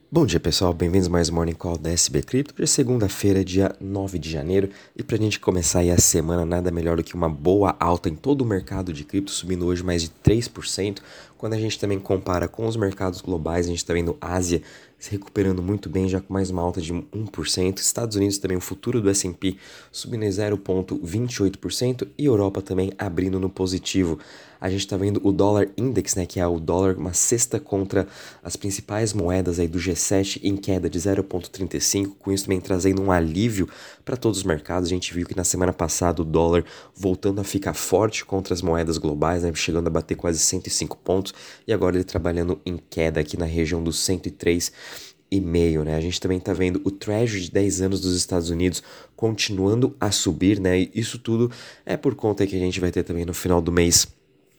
Bom dia pessoal, bem-vindos a mais um Morning Call da SB Cripto. Hoje é segunda-feira, dia 9 de janeiro, e para a gente começar aí a semana, nada melhor do que uma boa alta em todo o mercado de cripto, subindo hoje mais de 3%. Quando a gente também compara com os mercados globais, a gente está vendo Ásia se recuperando muito bem, já com mais uma alta de 1%. Estados Unidos também, o futuro do S&P subindo em 0,28% e Europa também abrindo no positivo. A gente está vendo o dólar index, né, que é o dólar, uma cesta contra as principais moedas aí do G7 em queda de 0,35, com isso também trazendo um alívio para todos os mercados. A gente viu que na semana passada o dólar voltando a ficar forte contra as moedas globais, né, chegando a bater quase 105 pontos, e agora ele trabalhando em queda aqui na região dos 103,5, né? A gente também está vendo o Treasury de 10 anos dos Estados Unidos continuando a subir, né? E isso tudo é por conta que a gente vai ter também no final do mês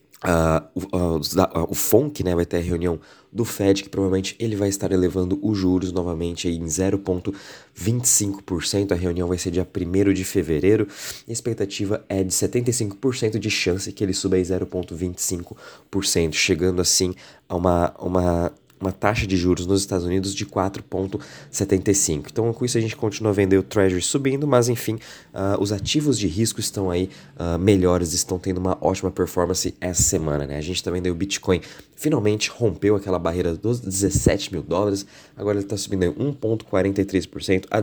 o FONC, né, vai ter a reunião do Fed, que provavelmente ele vai estar elevando os juros novamente aí em 0,25%. A reunião vai ser dia 1º de fevereiro. A expectativa é de 75% de chance que ele suba aí 0,25%, chegando assim a uma taxa de juros nos Estados Unidos de 4,75. Então, com isso, a gente continua vendo o Treasury subindo, mas enfim, os ativos de risco estão aí melhores, estão tendo uma ótima performance essa semana, né? A gente tá vendo aí o Bitcoin finalmente rompeu aquela barreira dos 17 mil dólares, agora ele está subindo aí 1,43% a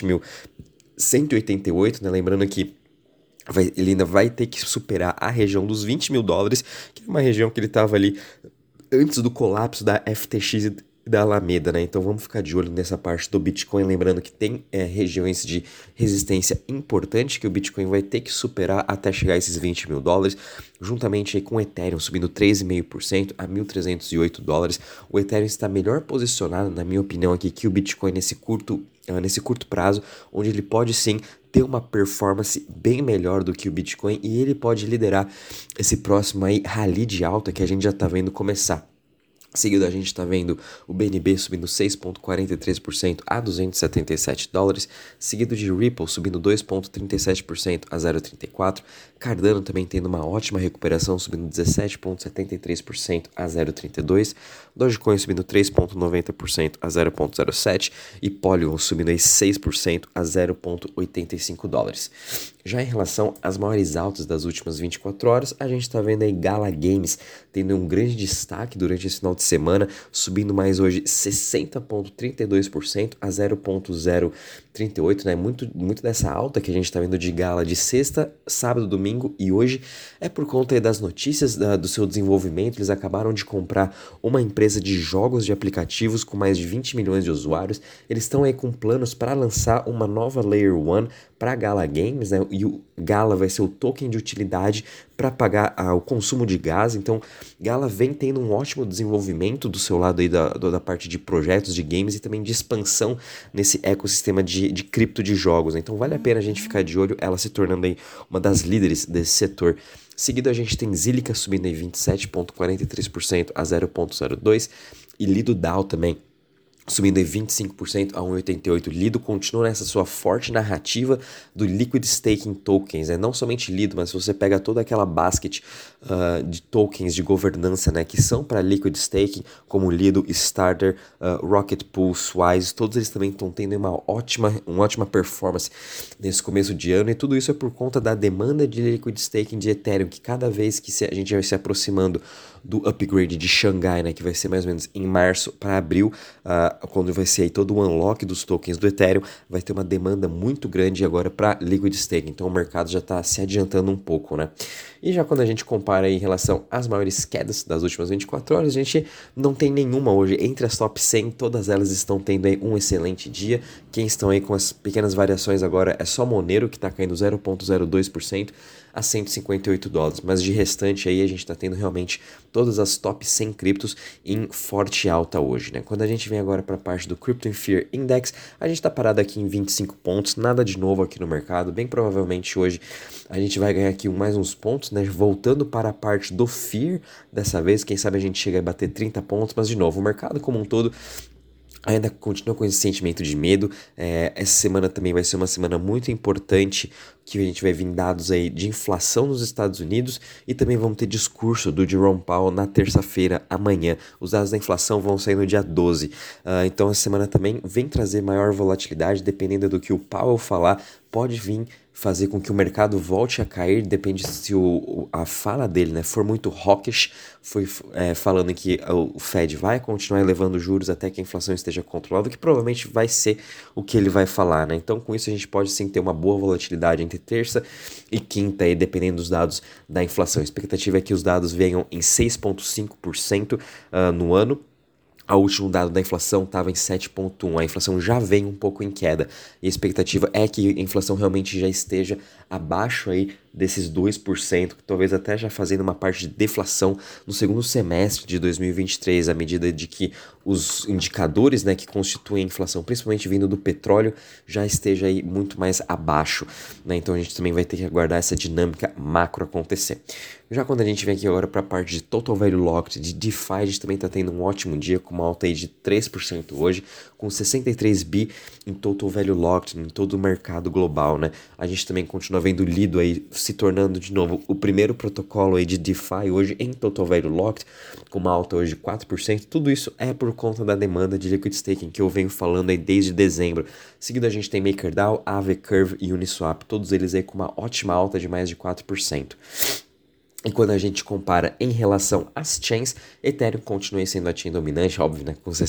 17.188, né? Lembrando que ele ainda vai ter que superar a região dos 20 mil dólares, que é uma região que ele estava ali antes do colapso da FTX e da Alameda, né? Então vamos ficar de olho nessa parte do Bitcoin, lembrando que tem regiões de resistência importante que o Bitcoin vai ter que superar até chegar a esses 20 mil dólares, juntamente aí com o Ethereum subindo 13,5% a 1.308 dólares. O Ethereum está melhor posicionado, na minha opinião, aqui que o Bitcoin nesse curto prazo, onde ele pode sim ter uma performance bem melhor do que o Bitcoin e ele pode liderar esse próximo aí rally de alta que a gente já está vendo começar. Seguido, a gente está vendo o BNB subindo 6,43% a 277 dólares, seguido de Ripple subindo 2,37% a 0,34, Cardano também tendo uma ótima recuperação, subindo 17,73% a 0,32, Dogecoin subindo 3,90% a 0,07 e Polygon subindo aí 6% a 0,85 dólares. Já em relação às maiores altas das últimas 24 horas, a gente está vendo aí Gala Games tendo um grande destaque durante esse final de semana, subindo mais hoje 60,32% a 0,038, né? Muito dessa alta que a gente está vendo de Gala de sexta, sábado, domingo e hoje é por conta aí das notícias do seu desenvolvimento. Eles acabaram de comprar uma empresa de jogos de aplicativos com mais de 20 milhões de usuários. Eles estão aí com planos para lançar uma nova Layer 1 para Gala Games, né? E o Gala vai ser o token de utilidade para pagar o consumo de gás. Então, Gala vem tendo um ótimo desenvolvimento do seu lado aí da parte de projetos de games e também de expansão nesse ecossistema de cripto de jogos. Então, vale a pena a gente ficar de olho, ela se tornando aí uma das líderes desse setor. Seguido, a gente tem Zilliqa subindo aí 27,43% a 0,02 e Lido DAO também subindo em 25% a 1,88. Lido continua nessa sua forte narrativa do Liquid Staking Tokens, né? Não somente Lido, mas se você pega toda aquela basket de tokens de governança, né, que são para Liquid Staking, como Lido, Starter, Rocket Pool, Swise, todos eles também estão tendo uma ótima performance nesse começo de ano, e tudo isso é por conta da demanda de Liquid Staking de Ethereum, que cada vez que a gente vai se aproximando do upgrade de Xangai, né, que vai ser mais ou menos em março para abril, quando vai ser aí todo o unlock dos tokens do Ethereum, vai ter uma demanda muito grande agora para Liquid Staking. Então o mercado já está se adiantando um pouco, né? E já quando a gente compara aí em relação às maiores quedas das últimas 24 horas, a gente não tem nenhuma hoje. Entre as top 100, todas elas estão tendo aí um excelente dia. Quem estão aí com as pequenas variações agora é só Monero, que está caindo 0,02% a 158 dólares, mas de restante aí a gente está tendo realmente todas as top 100 criptos em forte alta hoje, né? Quando a gente vem agora para a parte do Crypto in Fear Index, a gente está parado aqui em 25 pontos, nada de novo aqui no mercado, bem provavelmente hoje a gente vai ganhar aqui mais uns pontos, né? Voltando para a parte do Fear, dessa vez, quem sabe a gente chega a bater 30 pontos, mas de novo, o mercado como um todo ainda continua com esse sentimento de medo. Essa semana também vai ser uma semana muito importante que a gente vai vir dados aí de inflação nos Estados Unidos e também vamos ter discurso do Jerome Powell na terça-feira, amanhã. Os dados da inflação vão sair no dia 12. Então a semana também vem trazer maior volatilidade, dependendo do que o Powell falar, pode vir fazer com que o mercado volte a cair, depende se a fala dele, né, for muito hawkish, falando que o Fed vai continuar elevando juros até que a inflação esteja controlada, que provavelmente vai ser o que ele vai falar, né? Então com isso a gente pode sim ter uma boa volatilidade entre terça e quinta, aí, dependendo dos dados da inflação. A expectativa é que os dados venham em 6,5% no ano. O último dado da inflação estava em 7,1%. A inflação já vem um pouco em queda. E a expectativa é que a inflação realmente já esteja abaixo aí desses 2%, que talvez até já fazendo uma parte de deflação no segundo semestre de 2023, à medida de que os indicadores, né, que constituem a inflação, principalmente vindo do petróleo, já esteja aí muito mais abaixo, né? Então a gente também vai ter que aguardar essa dinâmica macro acontecer. Já quando a gente vem aqui agora para a parte de Total Value Locked, de DeFi, a gente também está tendo um ótimo dia, com uma alta aí de 3% hoje, com 63 bi em Total Value Locked em todo o mercado global, né? A gente também continua vendo Lido aí se tornando de novo o primeiro protocolo aí de DeFi hoje em Total Value Locked, com uma alta hoje de 4%. Tudo isso é por conta da demanda de Liquid Staking que eu venho falando aí desde dezembro. Seguido a gente tem MakerDAO, Aave, Curve e Uniswap, todos eles aí com uma ótima alta de mais de 4%. E quando a gente compara em relação às chains, Ethereum continua sendo a chain dominante, óbvio, né, com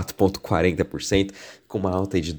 64,40%, com uma alta aí de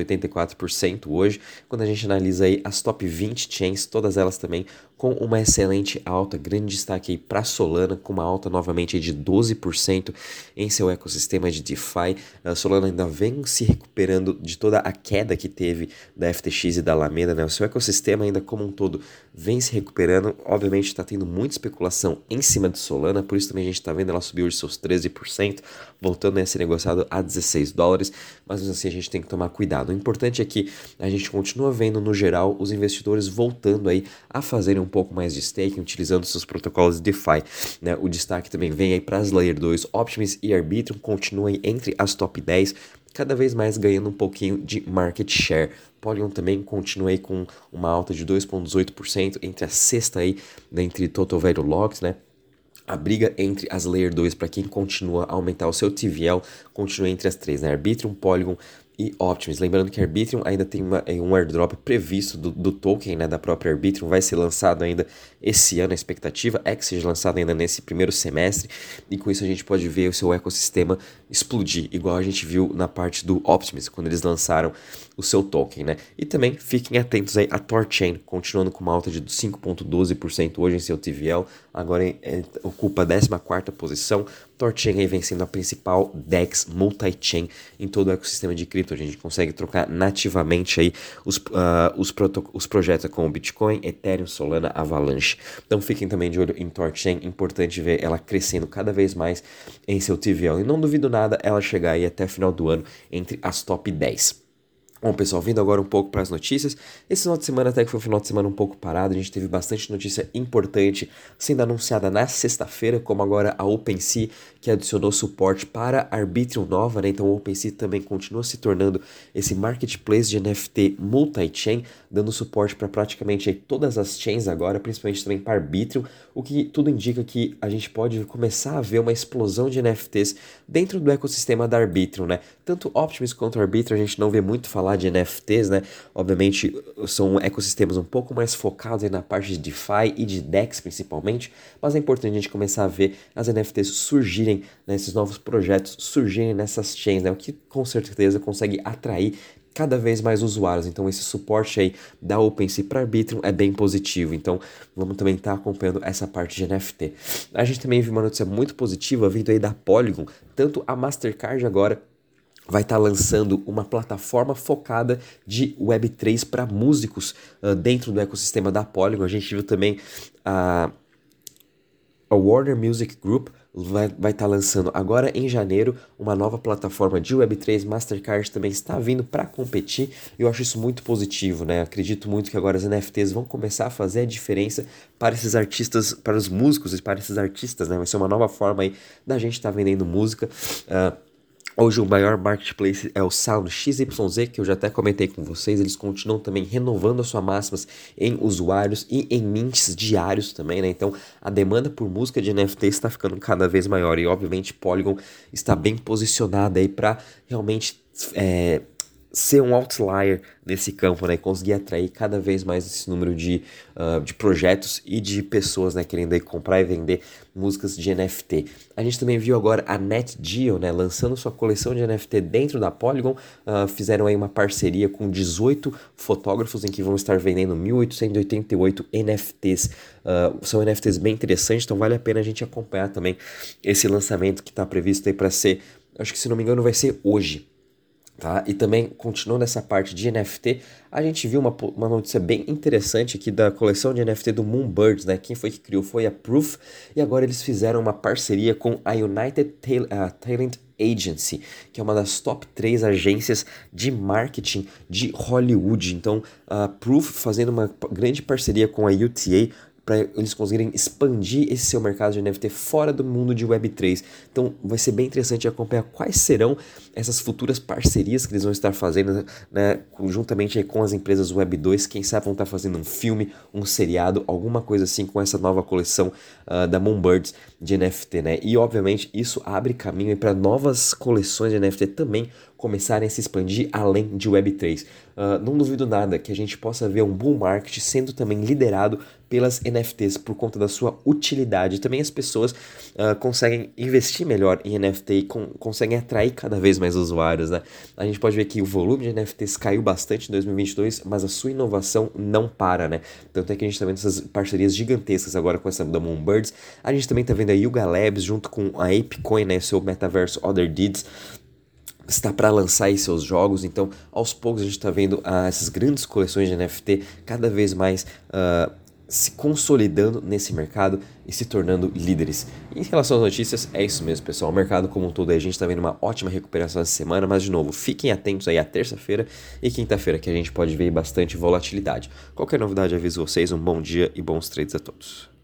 2,84% hoje. Quando a gente analisa aí as top 20 chains, todas elas também com uma excelente alta, grande destaque aí para Solana, com uma alta novamente aí de 12% em seu ecossistema de DeFi. A Solana ainda vem se recuperando de toda a queda que teve da FTX e da Alameda, né? O seu ecossistema ainda como um todo vem se recuperando, obviamente está tendo muita especulação em cima de Solana, por isso também a gente está vendo ela subir hoje seus 13%, voltando a ser negociado a $16, mas assim a gente tem que tomar cuidado. O importante é que a gente continua vendo no geral os investidores voltando aí a fazerem um pouco mais de staking, utilizando seus protocolos de DeFi, né? O destaque também vem aí para as Layer 2, Optimus e Arbitrum continuam entre as top 10, cada vez mais ganhando um pouquinho de market share. Polygon também continua aí com uma alta de 2,18% entre a sexta aí, né, entre Total Value Locked, né? A briga entre as Layer 2 para quem continua a aumentar o seu TVL continua entre as três, né? Arbitrum, Polygon e Optimus. Lembrando que Arbitrum ainda tem um airdrop previsto do token, né, da própria Arbitrum, vai ser lançado ainda esse ano. A expectativa é que seja lançado ainda nesse primeiro semestre, e com isso a gente pode ver o seu ecossistema explodir, igual a gente viu na parte do Optimus, quando eles lançaram o seu token, né? E também fiquem atentos aí a Thorchain, continuando com uma alta de 5,12% hoje em seu TVL, agora ocupa a 14ª posição. Thorchain aí vem sendo a principal DEX multi-chain em todo o ecossistema de cripto. A gente consegue trocar nativamente aí os projetos como Bitcoin, Ethereum, Solana, Avalanche. Então fiquem também de olho em Thorchain, importante ver ela crescendo cada vez mais em seu TVL. E não duvido nada ela chegar aí até final do ano entre as top 10. Bom, pessoal, vindo agora um pouco para as notícias. Esse final de semana até que foi um final de semana um pouco parado, a gente teve bastante notícia importante sendo anunciada na sexta-feira, como agora a OpenSea, que adicionou suporte para Arbitrum nova, né? Então o OpenSea também continua se tornando esse marketplace de NFT multi-chain, dando suporte para praticamente aí todas as chains agora, principalmente também para Arbitrum, o que tudo indica que a gente pode começar a ver uma explosão de NFTs dentro do ecossistema da Arbitrum, né? Tanto Optimus quanto Arbitrum a gente não vê muito falar de NFTs, né? Obviamente são ecossistemas um pouco mais focados aí na parte de DeFi e de DEX principalmente, mas é importante a gente começar a ver as NFTs surgirem, né? Esses novos projetos surgirem nessas chains, né? O que com certeza consegue atrair cada vez mais usuários. Então esse suporte aí da OpenSea para Arbitrum é bem positivo, então vamos também estar acompanhando essa parte de NFT. A gente também viu uma notícia muito positiva vindo aí da Polygon, tanto a Mastercard agora vai estar lançando uma plataforma focada de Web3 para músicos dentro do ecossistema da Polygon. A gente viu também a Warner Music Group vai estar lançando agora em janeiro uma nova plataforma de Web3. Mastercard também está vindo para competir e eu acho isso muito positivo, né? Acredito muito que agora as NFTs vão começar a fazer a diferença para esses artistas, para os músicos e para esses artistas, né? Vai ser uma nova forma aí da gente estar vendendo música. Hoje o maior marketplace é o Sound XYZ, que eu já até comentei com vocês. Eles continuam também renovando as suas máximas em usuários e em mints diários também, né? Então a demanda por música de NFT está ficando cada vez maior e obviamente Polygon está bem posicionada aí para realmente ser um outlier nesse campo, né, e conseguir atrair cada vez mais esse número de projetos e de pessoas, né, querendo aí comprar e vender músicas de NFT. A gente também viu agora a NetGeo, né, lançando sua coleção de NFT dentro da Polygon, fizeram aí uma parceria com 18 fotógrafos em que vão estar vendendo 1.888 NFTs. São NFTs bem interessantes, então vale a pena a gente acompanhar também esse lançamento que está previsto aí para ser, acho que se não me engano vai ser hoje. Tá? E também, continuando essa parte de NFT, a gente viu uma notícia bem interessante aqui da coleção de NFT do Moonbirds, né? Quem foi que criou foi a Proof, e agora eles fizeram uma parceria com a United Talent Agency, que é uma das top 3 agências de marketing de Hollywood. Então, a Proof fazendo uma grande parceria com a UTA, para eles conseguirem expandir esse seu mercado de NFT fora do mundo de Web3. Então vai ser bem interessante acompanhar quais serão essas futuras parcerias que eles vão estar fazendo, né, juntamente com as empresas Web2, quem sabe vão estar fazendo um filme, um seriado, alguma coisa assim com essa nova coleção da Moonbirds de NFT, né? E obviamente isso abre caminho para novas coleções de NFT também começarem a se expandir além de Web3. Não duvido nada que a gente possa ver um bull market sendo também liderado pelas NFTs por conta da sua utilidade. Também as pessoas conseguem investir melhor em NFT e conseguem atrair cada vez mais usuários, né? A gente pode ver que o volume de NFTs caiu bastante em 2022, mas a sua inovação não para, né? Tanto é que a gente está vendo essas parcerias gigantescas agora com essa da Moonbirds. A gente também está vendo a Yuga Labs junto com a ApeCoin, né? Seu metaverso Other Deeds, está para lançar aí seus jogos. Então aos poucos a gente está vendo essas grandes coleções de NFT cada vez mais se consolidando nesse mercado e se tornando líderes. Em relação às notícias, é isso mesmo, pessoal. O mercado como um todo aí, a gente está vendo uma ótima recuperação essa semana, mas de novo, fiquem atentos aí à terça-feira e quinta-feira, que a gente pode ver bastante volatilidade. Qualquer novidade, aviso vocês. Um bom dia e bons trades a todos.